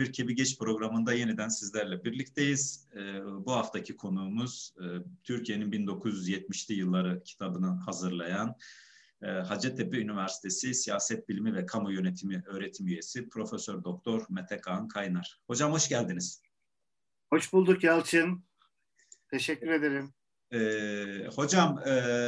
Mürekkebi Geç programında yeniden sizlerle birlikteyiz. Bu haftaki konuğumuz Türkiye'nin 1970'li yılları kitabını hazırlayan Hacettepe Üniversitesi Siyaset Bilimi ve Kamu Yönetimi öğretim üyesi Profesör Doktor Mete Kaan Kaynar. Hocam hoş geldiniz. Hoş bulduk Yalçın. Teşekkür ederim. Hocam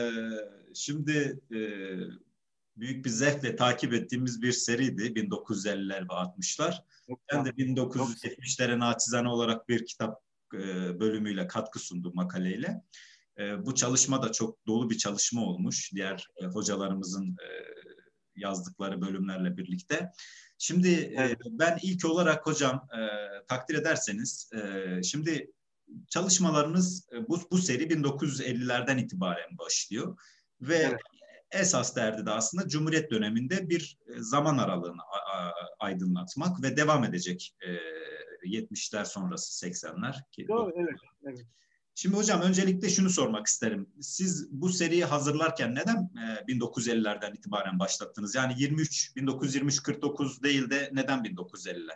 şimdi büyük bir zevkle takip ettiğimiz bir seriydi 1950'ler ve 60'lar. Ben de 1970'lere naçizane olarak bir kitap bölümüyle katkı sundum makaleyle. Bu çalışma da çok dolu bir çalışma olmuş. Diğer hocalarımızın yazdıkları bölümlerle birlikte. Şimdi evet. Ben ilk olarak hocam takdir ederseniz şimdi çalışmalarınız bu seri 1950'lerden itibaren başlıyor ve evet. Esas derdi de aslında Cumhuriyet döneminde bir zaman aralığını aydınlatmak ve devam edecek 70'ler sonrası 80'ler. Doğru, evet. Şimdi hocam öncelikle şunu sormak isterim. Siz bu seriyi hazırlarken neden 1950'lerden itibaren başlattınız? Yani 1923-49 değil de neden 1950'ler?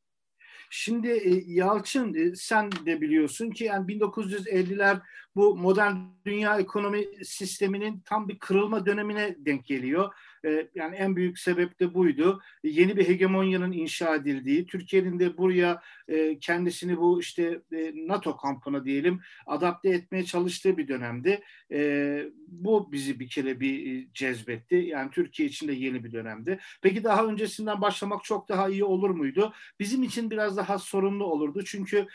Şimdi Yalçın sen de biliyorsun ki yani 1950'ler bu modern dünya ekonomi sisteminin tam bir kırılma dönemine denk geliyor. Yani en büyük sebep de buydu. Yeni bir hegemonyanın inşa edildiği, Türkiye'nin de buraya kendisini bu işte NATO kampına diyelim adapte etmeye çalıştığı bir dönemdi. Bu bizi bir kere cezbetti. Yani Türkiye için de yeni bir dönemdi. Peki daha öncesinden başlamak çok daha iyi olur muydu? Bizim için biraz daha sorunlu olurdu. Çünkü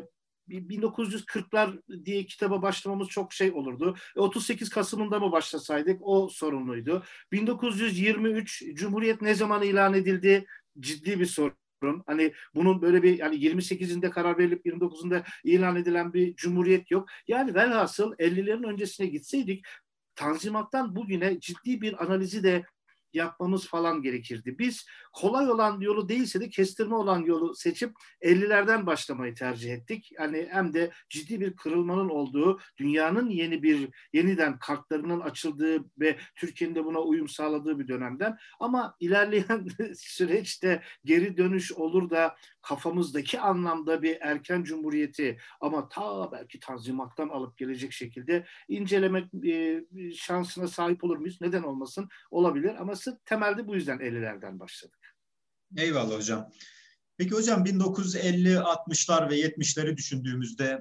1940'lar diye kitaba başlamamız çok şey olurdu. 38 Kasım'ında mı başlasaydık o sorunluydu. 1923 Cumhuriyet ne zaman ilan edildi? Ciddi bir sorun. Hani bunun böyle bir yani 28'inde karar verilip 29'unda ilan edilen bir cumhuriyet yok. Yani velhasıl 50'lerin öncesine gitseydik Tanzimat'tan bugüne ciddi bir analizi de yapmamız falan gerekirdi. Biz kolay olan yolu değilse de kestirme olan yolu seçip 50'lerden başlamayı tercih ettik. Yani hem de ciddi bir kırılmanın olduğu, dünyanın yeniden kartlarının açıldığı ve Türkiye'nin de buna uyum sağladığı bir dönemden. Ama ilerleyen süreçte geri dönüş olur da kafamızdaki anlamda bir erken cumhuriyeti ama ta belki Tanzimat'tan alıp gelecek şekilde incelemek şansına sahip olur muyuz? Neden olmasın? Olabilir ama temelde bu yüzden 50'lerden başladık. Eyvallah hocam. Peki hocam 1950, 60'lar ve 70'leri düşündüğümüzde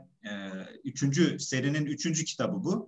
serinin 3. kitabı bu.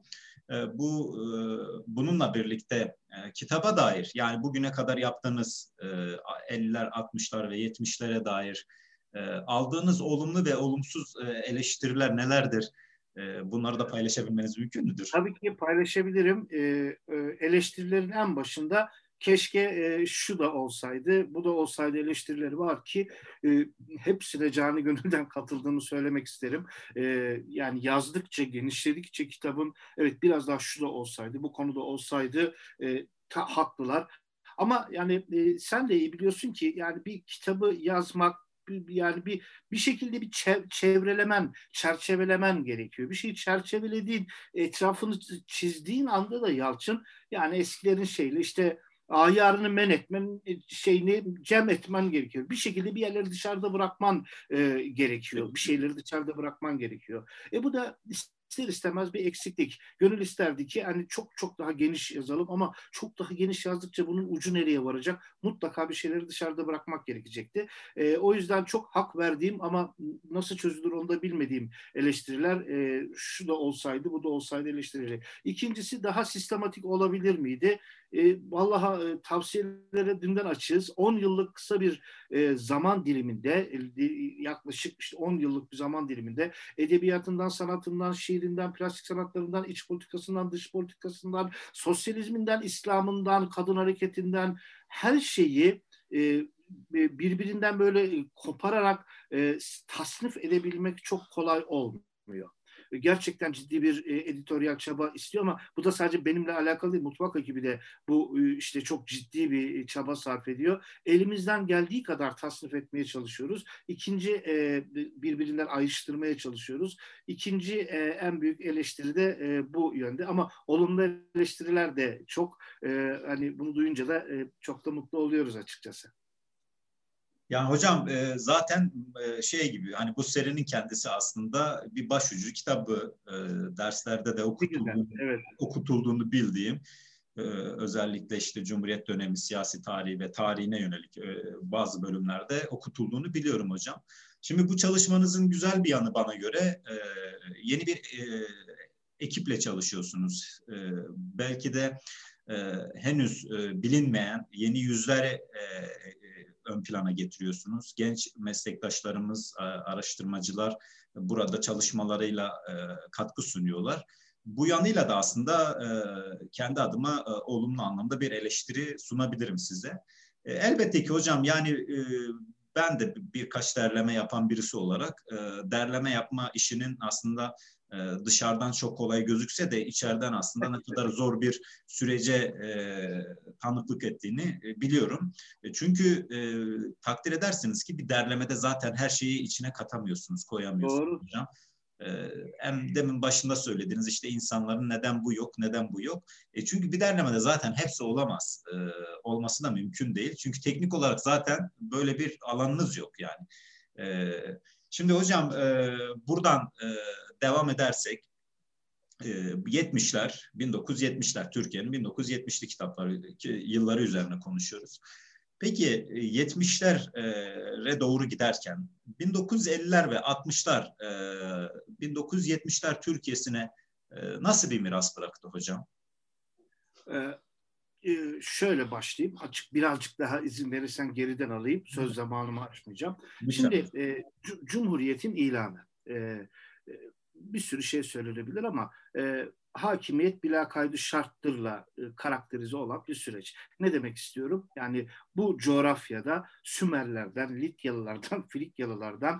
Bununla birlikte kitaba dair yani bugüne kadar yaptığınız 50'ler, 60'lar ve 70'lere dair aldığınız olumlu ve olumsuz eleştiriler nelerdir? Bunları da paylaşabilmeniz mümkün müdür? Tabii ki paylaşabilirim. Eleştirilerin en başında keşke şu da olsaydı, bu da olsaydı eleştirileri var ki hepsine canı gönülden katıldığımı söylemek isterim. Yani yazdıkça, genişledikçe kitabın evet biraz daha şu da olsaydı, bu konuda olsaydı haklılar. Ama yani sen de iyi biliyorsun ki yani bir kitabı yazmak yani bir şekilde bir çerçevelemen gerekiyor. Bir şeyi çerçevelediğin, etrafını çizdiğin anda da Yalçın yani eskilerin şeyle işte ayarını men etmen şeyini cem etmen gerekiyor. Bir şekilde bir yerleri dışarıda bırakman gerekiyor. Bir şeyleri dışarıda bırakman gerekiyor. Bu da ister istemez bir eksiklik. Gönül isterdi ki hani çok daha geniş yazalım ama çok daha geniş yazdıkça bunun ucu nereye varacak? Mutlaka bir şeyleri dışarıda bırakmak gerekecekti. O yüzden çok hak verdiğim ama nasıl çözülür onu da bilmediğim eleştiriler şu da olsaydı bu da olsaydı eleştirileri. İkincisi daha sistematik olabilir miydi? Vallahi tavsiyelere dünden açığız. 10 yıllık kısa bir zaman diliminde yaklaşık işte 10 yıllık bir zaman diliminde edebiyatından, sanatından, şiirinden, plastik sanatlarından, iç politikasından, dış politikasından, sosyalizminden, İslam'ından, kadın hareketinden her şeyi birbirinden böyle kopararak tasnif edebilmek çok kolay olmuyor. Gerçekten ciddi bir editoryal çaba istiyor ama bu da sadece benimle alakalı değil. Mutfak ekibi de bu işte çok ciddi bir çaba sarf ediyor. Elimizden geldiği kadar tasnif etmeye çalışıyoruz. İkinci birbirinden ayrıştırmaya çalışıyoruz. İkinci en büyük eleştiri de bu yönde ama olumlu eleştiriler de çok hani bunu duyunca da çok da mutlu oluyoruz açıkçası. Yani hocam zaten şey gibi, hani bu serinin kendisi aslında bir başucu kitabı, derslerde de Ne güzel. Evet. okutulduğunu bildiğim, özellikle işte Cumhuriyet dönemi siyasi tarihi ve tarihine yönelik bazı bölümlerde okutulduğunu biliyorum hocam. Şimdi bu çalışmanızın güzel bir yanı bana göre, yeni bir ekiple çalışıyorsunuz. Belki de henüz bilinmeyen yeni yüzler ön plana getiriyorsunuz. Genç meslektaşlarımız, araştırmacılar burada çalışmalarıyla katkı sunuyorlar. Bu yanıyla da aslında kendi adıma olumlu anlamda bir eleştiri sunabilirim size. Elbette ki hocam, yani ben de birkaç derleme yapan birisi olarak derleme yapma işinin aslında dışarıdan çok kolay gözükse de içeriden aslında ne kadar zor bir sürece tanıklık ettiğini biliyorum. Çünkü takdir edersiniz ki bir derlemede zaten her şeyi içine katamıyorsunuz, koyamıyorsunuz Doğru. hocam. Hem demin başında söylediğiniz işte insanların neden bu yok, neden bu yok. Çünkü bir derlemede zaten hepsi olamaz. Olması da mümkün değil. Çünkü teknik olarak zaten böyle bir alanınız yok yani. Şimdi hocam buradan devam edersek, 70'ler, 1970'ler, Türkiye'nin 1970'li kitapları, yılları üzerine konuşuyoruz. Peki 70'lere doğru giderken 1950'ler ve 60'lar, 1970'ler Türkiye'sine nasıl bir miras bıraktı hocam? Şöyle başlayayım. Birazcık daha izin verirsen geriden alayım. Söz zamanımı açmayacağım. Lütfen. Şimdi Cumhuriyet'in ilanı. Bir sürü şey söylenebilir ama hakimiyet bilakaydı şarttırla karakterize olan bir süreç. Ne demek istiyorum? Yani bu coğrafyada Sümerlerden, Lidyalılardan, Frikyalılardan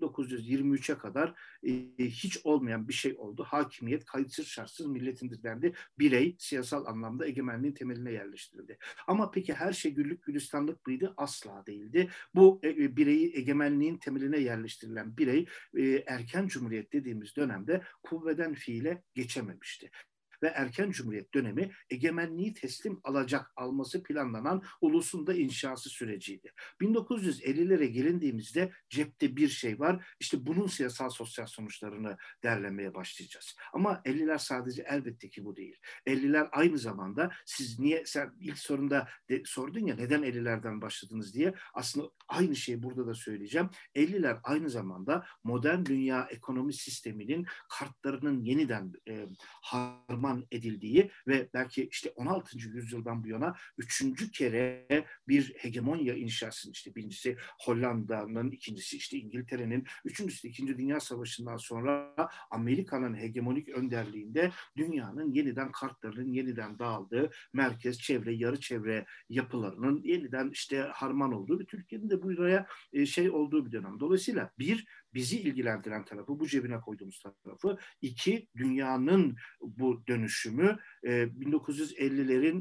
1923'e kadar hiç olmayan bir şey oldu. Hakimiyet kayıtsız şartsız milletindir dendi. Birey siyasal anlamda egemenliğin temeline yerleştirildi. Ama peki her şey güllük gülistanlık mıydı? Asla değildi. Bu bireyi egemenliğin temeline yerleştirilen birey erken cumhuriyet dediğimiz dönemde kuvveden fiile geçememişti. Ve erken cumhuriyet dönemi egemenliği teslim alması planlanan ulusun da inşası süreciydi. 1950'lere gelindiğimizde cepte bir şey var. İşte bunun siyasal sosyal sonuçlarını derlemeye başlayacağız. Ama 50'ler sadece elbette ki bu değil. 50'ler aynı zamanda sen ilk sorunda sordun ya neden 50'lerden başladınız diye, aslında aynı şeyi burada da söyleyeceğim. 50'ler aynı zamanda modern dünya ekonomi sisteminin kartlarının yeniden harman edildiği ve belki işte 16. yüzyıldan bu yana 3. kere bir hegemonya inşasının, işte birincisi Hollanda'nın, ikincisi işte İngiltere'nin, üçüncüsü 2. Dünya Savaşı'ndan sonra Amerika'nın hegemonik önderliğinde dünyanın yeniden kartlarının yeniden dağıldığı, merkez, çevre, yarı çevre yapılarının yeniden işte harman olduğu ve Türkiye'nin de buraya olduğu bir dönem. Dolayısıyla bizi ilgilendiren tarafı, bu cebine koyduğumuz tarafı. 2, dünyanın bu dönüşümü 1950'lerin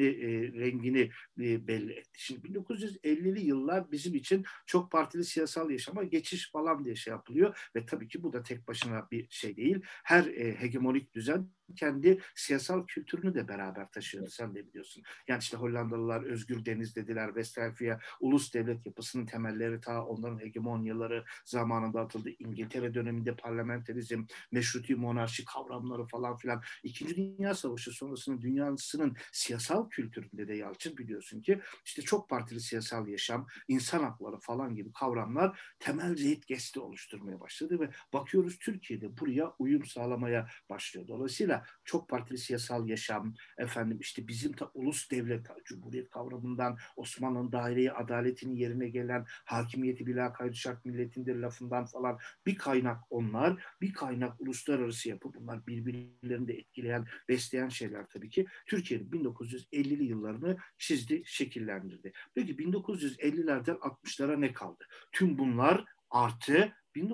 rengini belli etti. Şimdi 1950'li yıllar bizim için çok partili siyasal yaşama geçiş falan diye yapılıyor ve tabii ki bu da tek başına bir şey değil. Her hegemonik düzen kendi siyasal kültürünü de beraber taşıyordu, sen de biliyorsun. Yani işte Hollandalılar özgür deniz dediler, Westfalia ulus devlet yapısının temelleri ta onların hegemonyaları zamanında atıldı. İngiltere döneminde parlamenterizm, meşruti monarşi kavramları falan filan. İkinci Dünya Savaşı sonrasının dünyasının siyasal kültüründe de Yalçın biliyorsun ki işte çok partili siyasal yaşam, insan hakları falan gibi kavramlar temel zeitgeist'i oluşturmaya başladı ve bakıyoruz Türkiye'de buraya uyum sağlamaya başlıyor. Dolayısıyla çok partili siyasal yaşam, işte bizim ulus devlet, cumhuriyet kavramından, Osmanlı'nın daire adaletinin yerine gelen hakimiyeti bila kaydı şart milletindir lafından falan bir kaynak onlar, bir kaynak uluslararası yapı, bunlar birbirlerini de etkileyen, besleyen şeyler tabii ki. Türkiye'nin 1950'li yıllarını çizdi, şekillendirdi. Peki 1950'lerden 60'lara ne kaldı? Tüm bunlar artı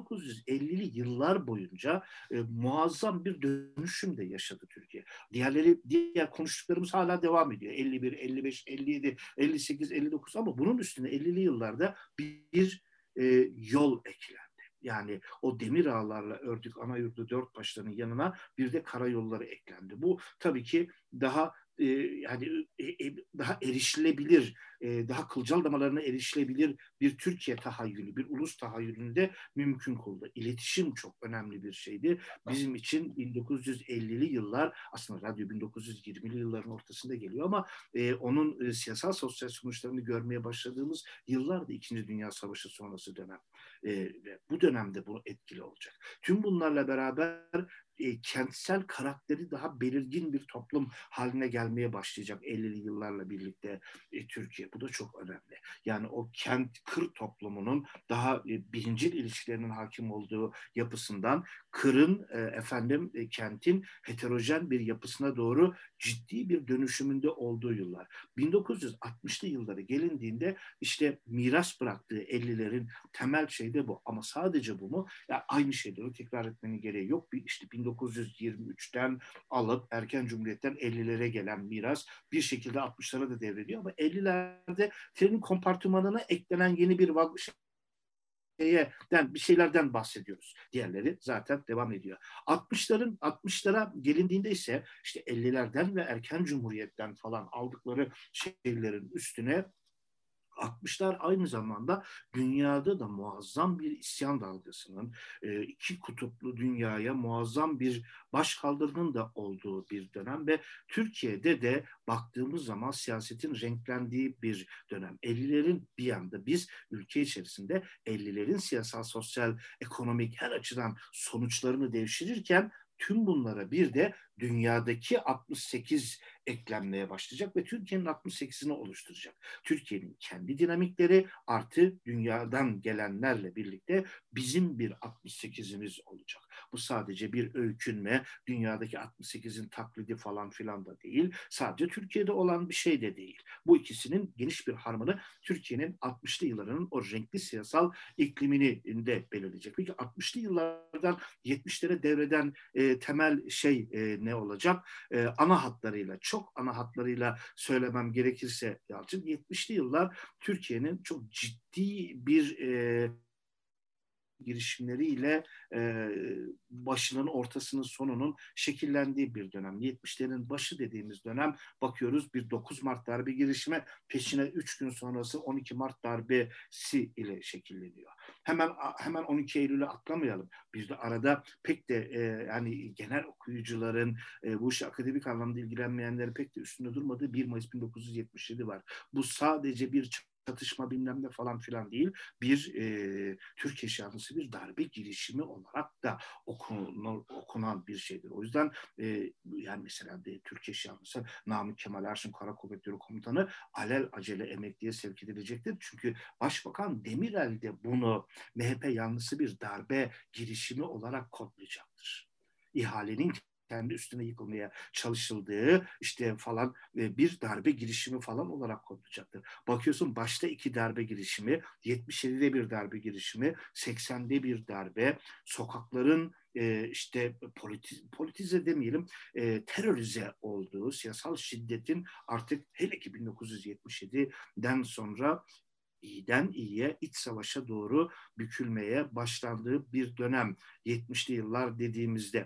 1950'li yıllar boyunca muazzam bir dönüşüm de yaşadı Türkiye. Diğer konuştuklarımız hala devam ediyor. 51, 55, 57, 58, 59 ama bunun üstüne 50'li yıllarda bir yol eklendi. Yani o demir ağlarla ördük ana yurdu dört başlarının yanına bir de karayolları eklendi. Bu tabii ki daha yani daha erişilebilir, daha kılcal damarlarına erişilebilir bir Türkiye tahayyülü, bir ulus tahayyülünü de mümkün kıldı. İletişim çok önemli bir şeydi. Bizim için 1950'li yıllar, aslında radyo 1920'li yılların ortasında geliyor ama onun siyasal sosyal sonuçlarını görmeye başladığımız yıllar da İkinci Dünya Savaşı sonrası dönem. Bu dönemde bu etkili olacak. Tüm bunlarla beraber kentsel karakteri daha belirgin bir toplum haline gelmeye başlayacak 50'li yıllarla birlikte Türkiye. Bu da çok önemli. Yani o kır toplumunun daha birincil ilişkilerinin hakim olduğu yapısından kırın kentin heterojen bir yapısına doğru ciddi bir dönüşümünde olduğu yıllar. 1960'lı yıllara gelindiğinde işte miras bıraktığı 50'lerin temel şey de bu. Ama sadece bu mu? Ya aynı şeyleri tekrar etmenin gereği yok. İşte 1923'ten alıp erken cumhuriyetten 50'lere gelen miras bir şekilde 60'lara da devrediyor ama 50'lerde trenin kompartımanına eklenen yeni bir bir şeylerden bahsediyoruz. Diğerleri zaten devam ediyor. 60'lara gelindiğinde ise işte 50'lerden ve erken cumhuriyetten falan aldıkları şeylerin üstüne 60'lar aynı zamanda dünyada da muazzam bir isyan dalgasının, iki kutuplu dünyaya muazzam bir başkaldırının da olduğu bir dönem ve Türkiye'de de baktığımız zaman siyasetin renklendiği bir dönem. 50'lerin bir yanda biz ülke içerisinde 50'lerin siyasal, sosyal, ekonomik her açıdan sonuçlarını devşirirken tüm bunlara bir de dünyadaki 68 eklenmeye başlayacak ve Türkiye'nin 68'ini oluşturacak. Türkiye'nin kendi dinamikleri artı dünyadan gelenlerle birlikte bizim bir 68'imiz olacak. Bu sadece bir öykünme, dünyadaki 68'in taklidi falan filan da değil. Sadece Türkiye'de olan bir şey de değil. Bu ikisinin geniş bir harmanı Türkiye'nin 60'lı yıllarının o renkli siyasal iklimini de belirleyecek. Peki 60'lı yıllardan 70'lere devreden temel şey ne olacak? Ana hatlarıyla, çok ana hatlarıyla söylemem gerekirse Yalçın, 70'li yıllar Türkiye'nin çok ciddi bir girişimleriyle başının, ortasının, sonunun şekillendiği bir dönem. 70'lerin başı dediğimiz dönem, bakıyoruz bir 9 Mart darbe girişimi, peşine 3 gün sonrası 12 Mart darbesi ile şekilleniyor. Hemen 12 Eylül'e atlamayalım. Bir de arada pek de yani genel okuyucuların, bu işi akademik anlamda ilgilenmeyenlerin pek de üstünde durmadığı 1 Mayıs 1977 var. Bu sadece bir çatışma bilmem ne falan filan değil. Bir Türk yaşantısı, bir darbe girişimi olarak da okunan bir şeydir. O yüzden yani mesela Türk yaşantısı, Namık Kemal Ersin Kara Kuvvetleri Komutanı alel acele emekliye sevk edilecektir. Çünkü Başbakan Demirel de bunu MHP yanlısı bir darbe girişimi olarak kodlayacaktır. İhalenin kendi üstüne yıkılmaya çalışıldığı işte falan bir darbe girişimi falan olarak kodlayacaktır. Bakıyorsun başta 2 darbe girişimi, 77'de bir darbe girişimi, 80'de bir darbe, sokakların işte politize demeyelim, terörize olduğu, siyasal şiddetin artık hele ki 1977'den sonra iyiden iyiye, iç savaşa doğru bükülmeye başlandığı bir dönem 70'li yıllar dediğimizde.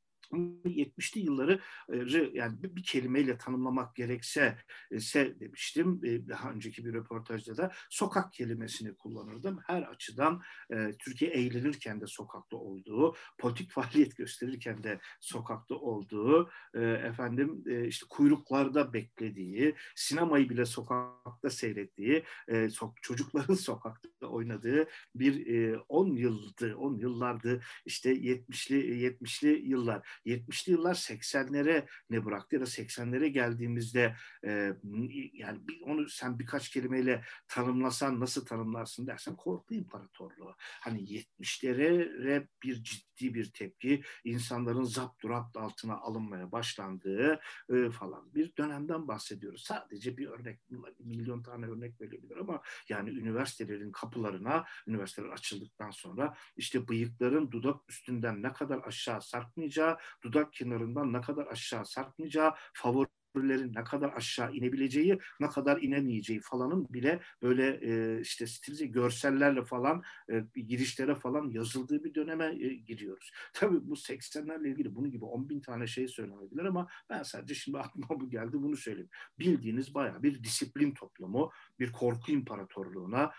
70'li yılları yani bir kelimeyle tanımlamak gerekse demiştim daha önceki bir röportajda da sokak kelimesini kullanırdım. Her açıdan Türkiye eğlenirken de sokakta olduğu, politik faaliyet gösterirken de sokakta olduğu, işte kuyruklarda beklediği, sinemayı bile sokakta seyrettiği, çocukların sokakta oynadığı bir 10 yıllardı işte 70'li yıllar. 70'li yıllar 80'lere ne bıraktı ya da 80'lere geldiğimizde yani onu sen birkaç kelimeyle tanımlasan nasıl tanımlarsın dersen korku imparatorluğu. Hani 70'lere bir ciddi bir tepki, insanların zapturapt altına alınmaya başlandığı falan bir dönemden bahsediyoruz. Sadece bir örnek, milyon tane örnek verebilir ama yani üniversitelerin kapılarına, üniversiteler açıldıktan sonra işte bıyıkların dudak üstünden ne kadar aşağı sarkmayacağı, dudak kenarından ne kadar aşağı sarkmayacağı, favori köprülerin ne kadar aşağı inebileceği, ne kadar inemeyeceği falanın bile böyle işte stilize görsellerle falan girişlere falan yazıldığı bir döneme giriyoruz. Tabii bu 80'lerle ilgili bunun gibi 10 bin tane şey söylenebilir ama ben sadece şimdi aklıma bu geldi, bunu söyleyeyim. Bildiğiniz bayağı bir disiplin toplumu, bir korku imparatorluğuna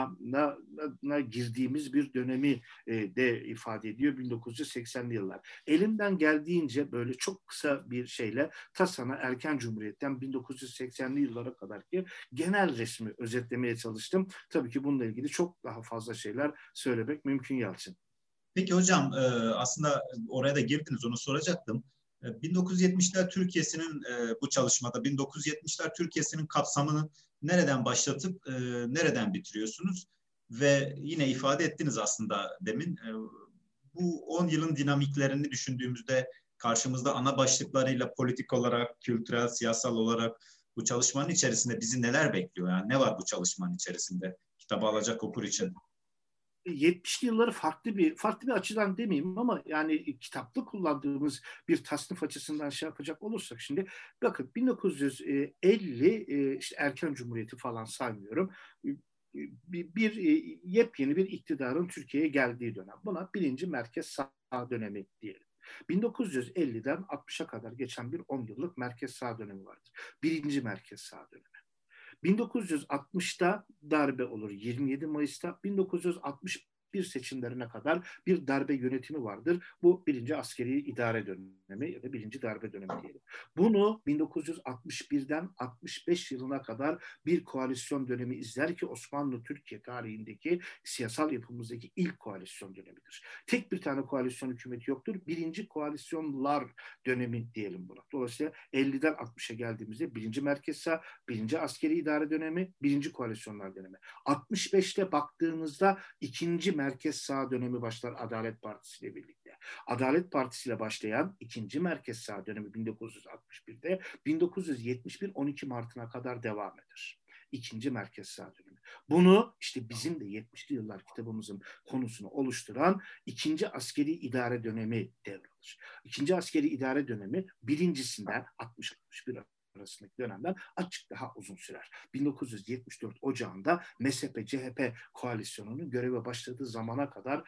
girdiğimiz bir dönemi de ifade ediyor 1980'li yıllar. Elimden geldiğince böyle çok kısa bir şeyle TASAN'a erken cumhuriyetten 1980'li yıllara kadar ki genel resmi özetlemeye çalıştım. Tabii ki bununla ilgili çok daha fazla şeyler söylemek mümkün Yalçın. Peki hocam, aslında oraya da girdiniz, onu soracaktım. 1970'ler Türkiye'sinin bu çalışmada 1970'ler Türkiye'sinin kapsamını nereden başlatıp nereden bitiriyorsunuz? Ve yine ifade ettiniz aslında demin. Bu 10 yılın dinamiklerini düşündüğümüzde karşımızda ana başlıklarıyla politik olarak, kültürel, siyasal olarak bu çalışmanın içerisinde bizi neler bekliyor? Yani ne var bu çalışmanın içerisinde kitabı alacak okur için? 70'li yılları farklı bir açıdan demeyeyim ama yani kitapta kullandığımız bir tasnif açısından şey yapacak olursak şimdi bakın 1950 işte erken cumhuriyeti falan saymıyorum. Bir yepyeni bir iktidarın Türkiye'ye geldiği dönem. Buna birinci merkez sağ dönemi diyelim. 1950'den 60'a kadar geçen bir 10 yıllık merkez sağ dönemi vardır. Birinci merkez sağ dönemi. 1960'ta darbe olur 27 Mayıs'ta. 1961 seçimlerine kadar bir darbe yönetimi vardır. Bu birinci askeri idare dönemi ya da birinci darbe dönemi diyelim. Bunu 1961'den 65 yılına kadar bir koalisyon dönemi izler ki Osmanlı Türkiye tarihindeki siyasal yapımızdaki ilk koalisyon dönemidir. Tek bir tane koalisyon hükümeti yoktur. Birinci koalisyonlar dönemi diyelim buna. Dolayısıyla 50'den 60'a geldiğimizde birinci merkez sağ, birinci askeri idare dönemi, birinci koalisyonlar dönemi. 65'te baktığınızda ikinci merkez sağ dönemi başlar Adalet Partisi ile birlikte. Adalet Partisi ile başlayan ikinci merkez sağ dönemi 1961'de 1971 12 Mart'ına kadar devam eder. İkinci merkez sağ dönemi. Bunu işte bizim de 70'li yıllar kitabımızın konusunu oluşturan ikinci askeri idare dönemi devralır. İkinci askeri idare dönemi birincisinden 60-61 arasındaki dönemden açık daha uzun sürer. 1974 Ocağı'nda MSP-CHP koalisyonunun göreve başladığı zamana kadar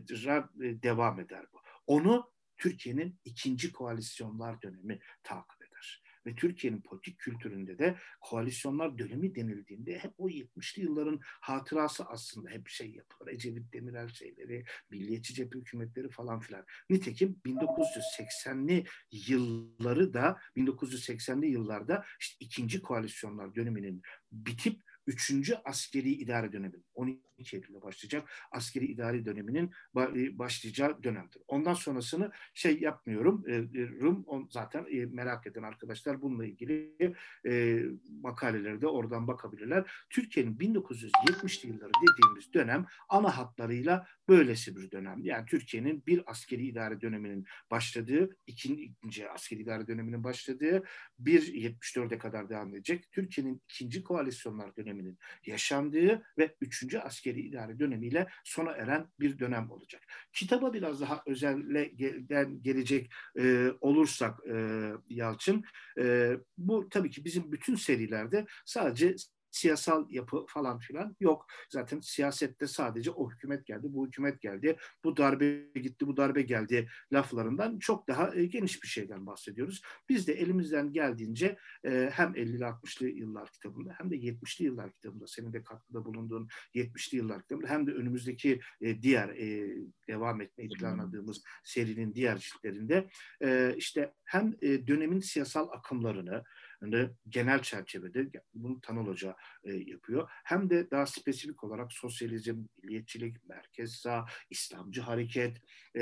devam eder bu. Onu Türkiye'nin ikinci koalisyonlar dönemi takip eder. Ve Türkiye'nin politik kültüründe de koalisyonlar dönemi denildiğinde hep o 70'li yılların hatırası aslında hep şey yapılır. Ecevit Demirel şeyleri, milliyetçi cephe hükümetleri falan filan. Nitekim 1980'li yılları da 1980'li yıllarda işte ikinci koalisyonlar döneminin bitip üçüncü askeri idare dönemi 12 Eylül'de başlayacak askeri idari döneminin başlayacağı dönemdir. Ondan sonrasını şey yapmıyorum. Zaten merak eden arkadaşlar bununla ilgili makaleleri de oradan bakabilirler. Türkiye'nin 1970'li yılları dediğimiz dönem ana hatlarıyla böylesi bir dönem. Yani Türkiye'nin bir askeri idare döneminin başladığı, ikinci askeri idare döneminin başladığı, 74'e kadar devam edecek. Türkiye'nin ikinci koalisyonlar döneminin yaşandığı ve üçüncü askeri idare dönemiyle sona eren bir dönem olacak. Kitaba biraz daha özelle gelecek olursak Yalçın, bu tabii ki bizim bütün serilerde sadece siyasal yapı falan filan yok. Zaten siyasette sadece o hükümet geldi, bu hükümet geldi, bu darbe gitti, bu darbe geldi laflarından çok daha geniş bir şeyden bahsediyoruz. Biz de elimizden geldiğince hem 50'li 60'lı yıllar kitabında hem de 70'li yıllar kitabında senin de katkıda bulunduğun 70'li yıllar kitabında hem de önümüzdeki diğer devam etmeyi planladığımız serinin diğer ciltlerinde işte hem dönemin siyasal akımlarını genel çerçevede bunu Tanıl Hoca yapıyor. Hem de daha spesifik olarak sosyalizm, milliyetçilik, merkez sağ, İslamcı hareket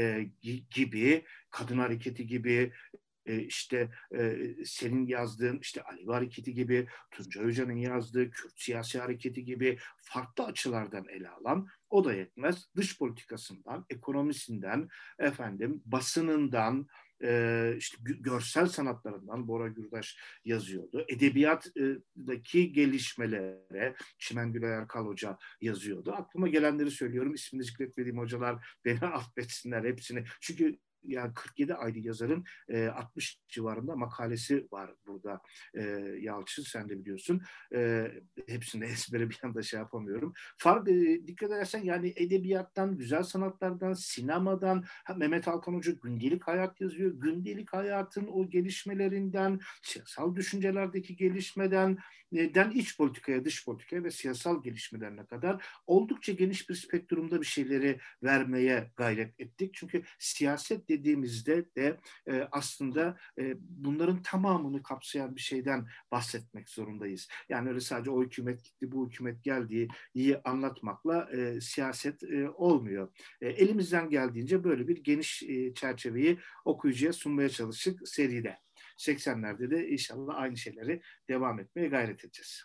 gibi, kadın hareketi gibi, işte senin yazdığın işte Alevi Hareketi gibi, Tuncay Hoca'nın yazdığı Kürt siyasi hareketi gibi farklı açılardan ele alan, o da yetmez. Dış politikasından, ekonomisinden, basınından, işte görsel sanatlarından Bora Gürdaş yazıyordu. Edebiyattaki gelişmelere Çimen Gülay Erkal Hoca yazıyordu. Aklıma gelenleri söylüyorum. İsmini zikretmediğim hocalar beni affetsinler hepsini. Çünkü yani 47 ayrı yazarın 60 civarında makalesi var burada. Yalçın, sen de biliyorsun. Hepsini ezbere bir anda şey yapamıyorum. Dikkat edersen yani edebiyattan, güzel sanatlardan, sinemadan, Mehmet Hakan Hoca gündelik hayat yazıyor. Gündelik hayatın o gelişmelerinden, siyasal düşüncelerdeki gelişmeden, iç politikaya, dış politikaya ve siyasal gelişmelerine kadar oldukça geniş bir spektrumda bir şeyleri vermeye gayret ettik. Çünkü siyaset dediğimizde de aslında bunların tamamını kapsayan bir şeyden bahsetmek zorundayız. Yani öyle sadece o hükümet gitti, bu hükümet geldiği iyi anlatmakla siyaset olmuyor. Elimizden geldiğince böyle bir geniş çerçeveyi okuyucuya sunmaya çalıştık seride. 80'lerde de inşallah aynı şeyleri devam etmeye gayret edeceğiz.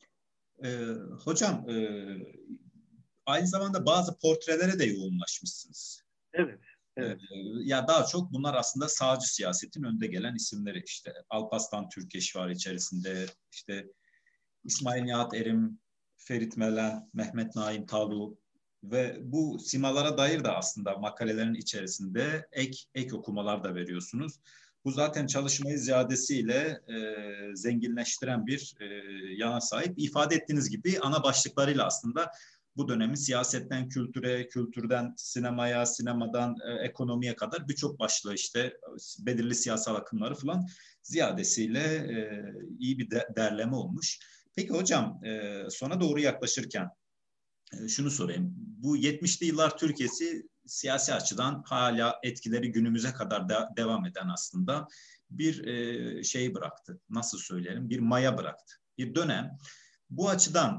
Hocam aynı zamanda bazı portrelere de yoğunlaşmışsınız. Evet. Evet. Ya daha çok bunlar aslında sağcı siyasetin önde gelen isimleri. İşte Alparslan Türkeş var içerisinde. İşte İsmail Nihat Erim, Ferit Melen, Mehmet Naim Talu ve bu simalara dair de aslında makalelerin içerisinde ek okumalar da veriyorsunuz. Bu zaten çalışmayı ziyadesiyle zenginleştiren bir yana sahip. İfade ettiğiniz gibi ana başlıklarıyla aslında bu dönemi siyasetten kültüre, kültürden sinemaya, sinemadan ekonomiye kadar birçok başlığı işte belirli siyasal akımları falan ziyadesiyle iyi bir derleme olmuş. Peki hocam sona doğru yaklaşırken şunu sorayım. Bu 70'li yıllar Türkiye'si siyasi açıdan hala etkileri günümüze kadar devam eden aslında bir şey bıraktı. Nasıl söyleyelim? Bir maya bıraktı. Bir dönem. Bu açıdan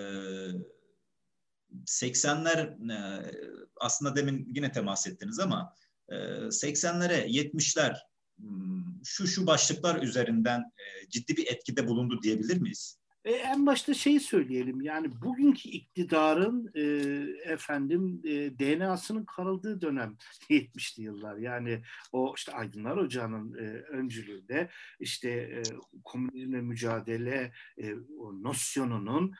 80'ler aslında demin yine temas ettiniz ama 80'lere 70'ler şu başlıklar üzerinden ciddi bir etkide bulundu diyebilir miyiz? En başta şeyi söyleyelim, yani bugünkü iktidarın DNA'sının karıldığı dönem 70'li yıllar. Yani o işte Aydınlar Ocağı'nın öncülüğünde işte komünizmle mücadele o nosyonunun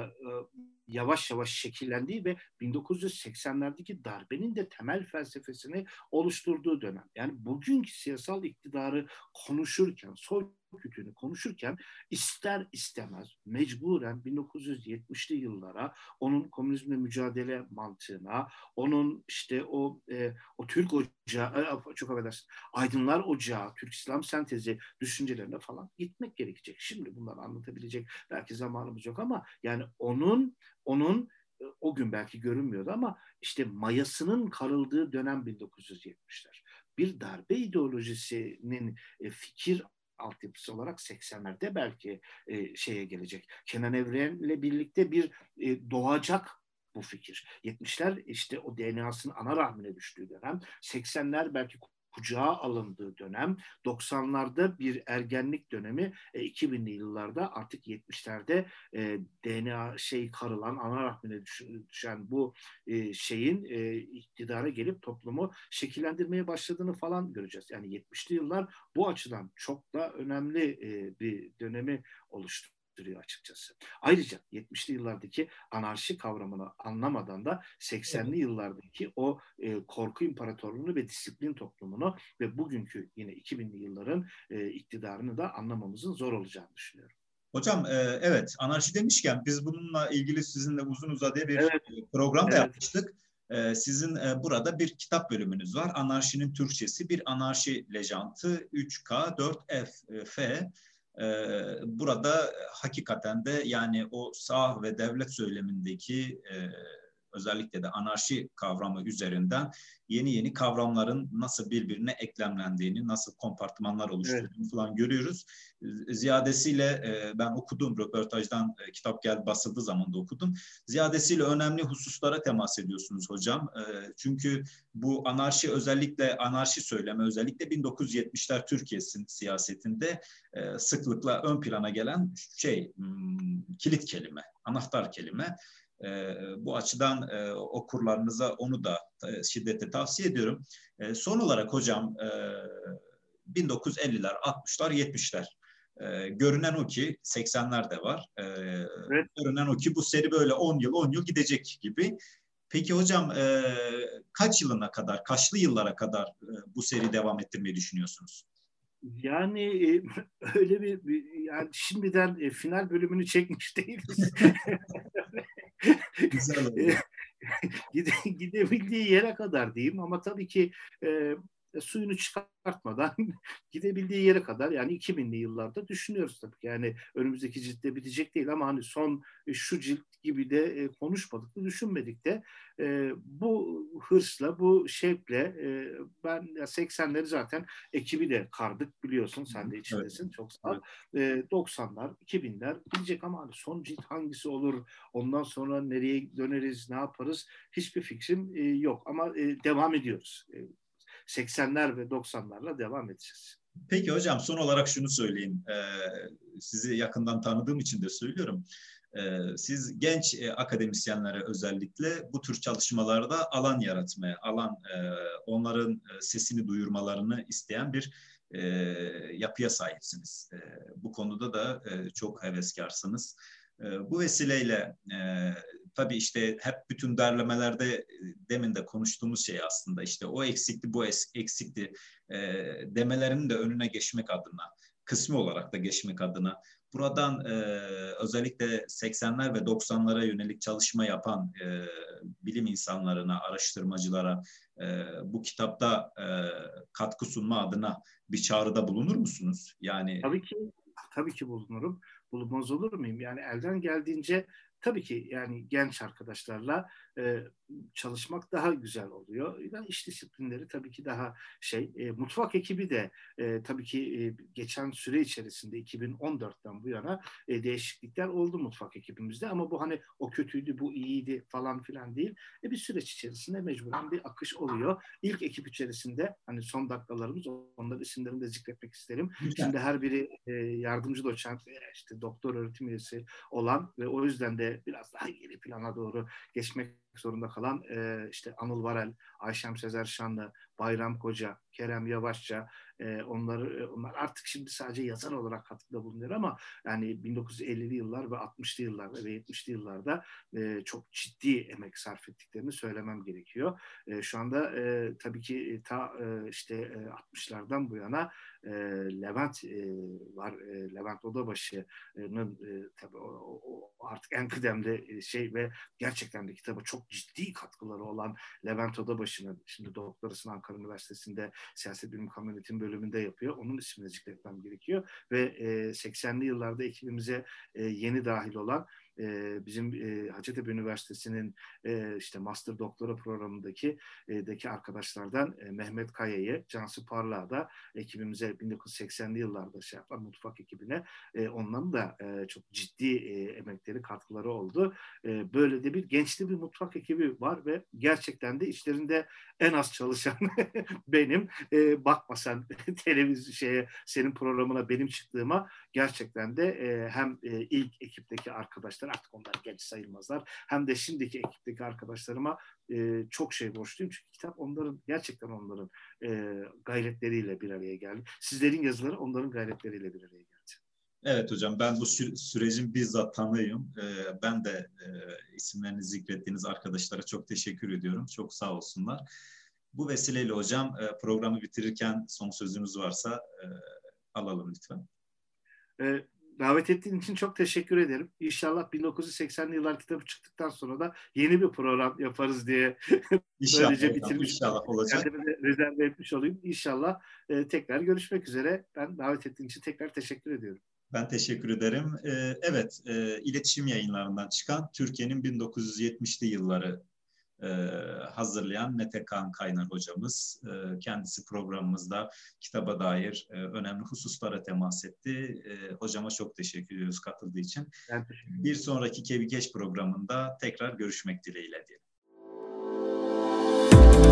yavaş yavaş şekillendiği ve 1980'lerdeki darbenin de temel felsefesini oluşturduğu dönem. Yani bugünkü siyasal iktidarı konuşurken, Soykütü'nü konuşurken ister istemez mecburen 1970'li yıllara, onun komünizmle mücadele mantığına, onun işte o Türk Ocağı, çok affedersin, Aydınlar Ocağı, Türk İslam sentezi düşüncelerine falan gitmek gerekecek. Şimdi bunları anlatabilecek belki zamanımız yok ama yani onun o gün belki görünmüyordu ama işte mayasının karıldığı dönem 1970'ler. Bir darbe ideolojisinin fikir altyapısı olarak 80'lerde belki şeye gelecek. Kenan Evren'le birlikte bir doğacak bu fikir. 70'ler işte o DNA'sının ana rahmine düştüğü dönem. 80'ler belki kucağa alındığı dönem, 90'larda bir ergenlik dönemi, 2000'li yıllarda artık 70'lerde DNA karılan, ana rahmine düşen bu şeyin iktidara gelip toplumu şekillendirmeye başladığını falan göreceğiz. Yani 70'li yıllar bu açıdan çok da önemli bir dönemi oluştu açıkçası. Ayrıca 70'li yıllardaki anarşi kavramını anlamadan da 80'li yıllardaki o korku imparatorluğunu ve disiplin toplumunu ve bugünkü yine 2000'li yılların iktidarını da anlamamızın zor olacağını düşünüyorum. Hocam evet, anarşi demişken biz bununla ilgili sizinle uzun uzadıya bir program da evet. yapmıştık. Sizin burada bir kitap bölümünüz var. Anarşinin Türkçesi, bir anarşi lejantı 3K 4F. Burada hakikaten de yani o sağ ve devlet söylemindeki özellikle de anarşi kavramı üzerinden yeni kavramların nasıl birbirine eklemlendiğini, nasıl kompartmanlar oluşturduğunu falan görüyoruz. Ziyadesiyle ben okudum, röportajdan kitap geldi basıldığı zaman da okudum. Ziyadesiyle önemli hususlara temas ediyorsunuz hocam. Çünkü bu anarşi, özellikle anarşi söylemi, özellikle 1970'ler Türkiye siyasetinde sıklıkla ön plana gelen kilit kelime, anahtar kelime. Bu açıdan okurlarınıza onu da şiddetle tavsiye ediyorum. Son olarak hocam 1950'ler, 60'lar, 70'ler. Görünen o ki 80'ler de var. Evet. Görünen o ki bu seri böyle 10 yıl gidecek gibi. Peki hocam kaç yılına kadar, kaçlı yıllara kadar bu seri devam ettirmeyi düşünüyorsunuz? Yani öyle yani şimdiden final bölümünü çekmiş değiliz. Güzel oldu. Gidebildiği yere kadar diyeyim ama tabii ki suyunu çıkartmadan gidebildiği yere kadar yani 2000'li yıllarda düşünüyoruz tabii ki. Yani önümüzdeki ciltte bitecek değil ama hani son şu cilt gibi de konuşmadık da düşünmedik de bu hırsla, bu şevkle ben 80'leri zaten ekibi de kardık biliyorsun sen de içindesin Evet. çok sağ ol. Evet. 90'lar, 2000'ler gidecek ama hani son cilt hangisi olur? Ondan sonra nereye döneriz, ne yaparız? Hiçbir fikrim yok ama devam ediyoruz. 80'ler ve 90'larla devam edeceğiz. Peki hocam son olarak şunu söyleyeyim. Sizi yakından tanıdığım için de söylüyorum. Siz genç akademisyenlere özellikle bu tür çalışmalarda alan yaratmaya, onların sesini duyurmalarını isteyen bir yapıya sahipsiniz. Bu konuda da çok heveskarsınız. Bu vesileyle tabii işte hep bütün derlemelerde demin de konuştuğumuz şey aslında işte o eksikti, bu eksikti demelerinin de önüne geçmek adına, kısmi olarak da geçmek adına buradan özellikle 80'ler ve 90'lara yönelik çalışma yapan bilim insanlarına, araştırmacılara bu kitapta katkı sunma adına bir çağrıda bulunur musunuz? Yani Tabii ki bulunurum. Bulunmaz olur muyum? Yani elden geldiğince tabii ki yani genç arkadaşlarla çalışmak daha güzel oluyor. Yani iş disiplinleri tabii ki daha mutfak ekibi de tabii ki geçen süre içerisinde 2014'ten bu yana değişiklikler oldu mutfak ekibimizde ama bu hani o kötüydü, bu iyiydi falan filan değil. Bir süreç içerisinde mecburen bir akış oluyor. İlk ekip içerisinde hani son dakikalarımız onların isimlerini de zikretmek isterim. lütfen. Şimdi her biri yardımcı doçent, işte doktor öğretim üyesi olan ve o yüzden de biraz daha geri plana doğru geçmek zorunda kalan işte Anıl Varel, Ayşem Sezer Şanlı, Bayram Koca, Kerem Yavaşça onlar artık şimdi sadece yazar olarak katkıda bulunuyor ama yani 1950'li yıllar ve 60'lı yıllarda ve 70'li yıllarda çok ciddi emek sarf ettiklerini söylemem gerekiyor. Şu anda tabii ki işte 60'lardan bu yana Levent var. Levent Odabaşı'nın tabii o artık en kıdemli ve gerçekten de kitaba çok ciddi katkıları olan Levent Odabaşı'nın şimdi doktorasını Ankara Üniversitesi'nde Siyaset Bilimi Kamu Yönetimi bölümünde yapıyor. Onun ismini zikretmem gerekiyor. Ve 80'li yıllarda ekibimize yeni dahil olan bizim Hacettepe Üniversitesi'nin işte master doktora programındaki arkadaşlardan Mehmet Kaya'yı, Cansu Parlak'ı da ekibimize 1980'li yıllarda yapan mutfak ekibine onların da çok ciddi emekleri, katkıları oldu. Böyle de bir gençli bir mutfak ekibi var ve gerçekten de içlerinde en az çalışan benim. Bakma sen senin programına benim çıktığıma gerçekten de hem ilk ekipteki arkadaşlar artık onlar genç sayılmazlar hem de şimdiki ekipteki arkadaşlarıma çok borçluyum çünkü kitap gerçekten onların gayretleriyle bir araya geldi. Sizlerin yazıları onların gayretleriyle bir araya geldi. Evet hocam ben bu sürecin bizzat tanığıyım. Ben de isimlerini zikrettiğiniz arkadaşlara çok teşekkür ediyorum. Çok sağ olsunlar. Bu vesileyle hocam programı bitirirken son sözünüz varsa alalım lütfen. Davet ettiğin için çok teşekkür ederim. İnşallah 1980'li yıllar kitabı çıktıktan sonra da yeni bir program yaparız diye İnşallah böylece hocam, bitirmiş. inşallah olacak. Kendime de rezerve etmiş olayım. İnşallah tekrar görüşmek üzere. Ben davet ettiğin için tekrar teşekkür ediyorum. Ben teşekkür ederim. Evet, iletişim yayınlarından çıkan Türkiye'nin 1970'li yılları hazırlayan Mete Kaan Kaynar hocamız. Kendisi programımızda kitaba dair önemli hususlara temas etti. Hocama çok teşekkür ediyoruz katıldığı için. Bir sonraki Kebi Geç programında tekrar görüşmek dileğiyle diyelim.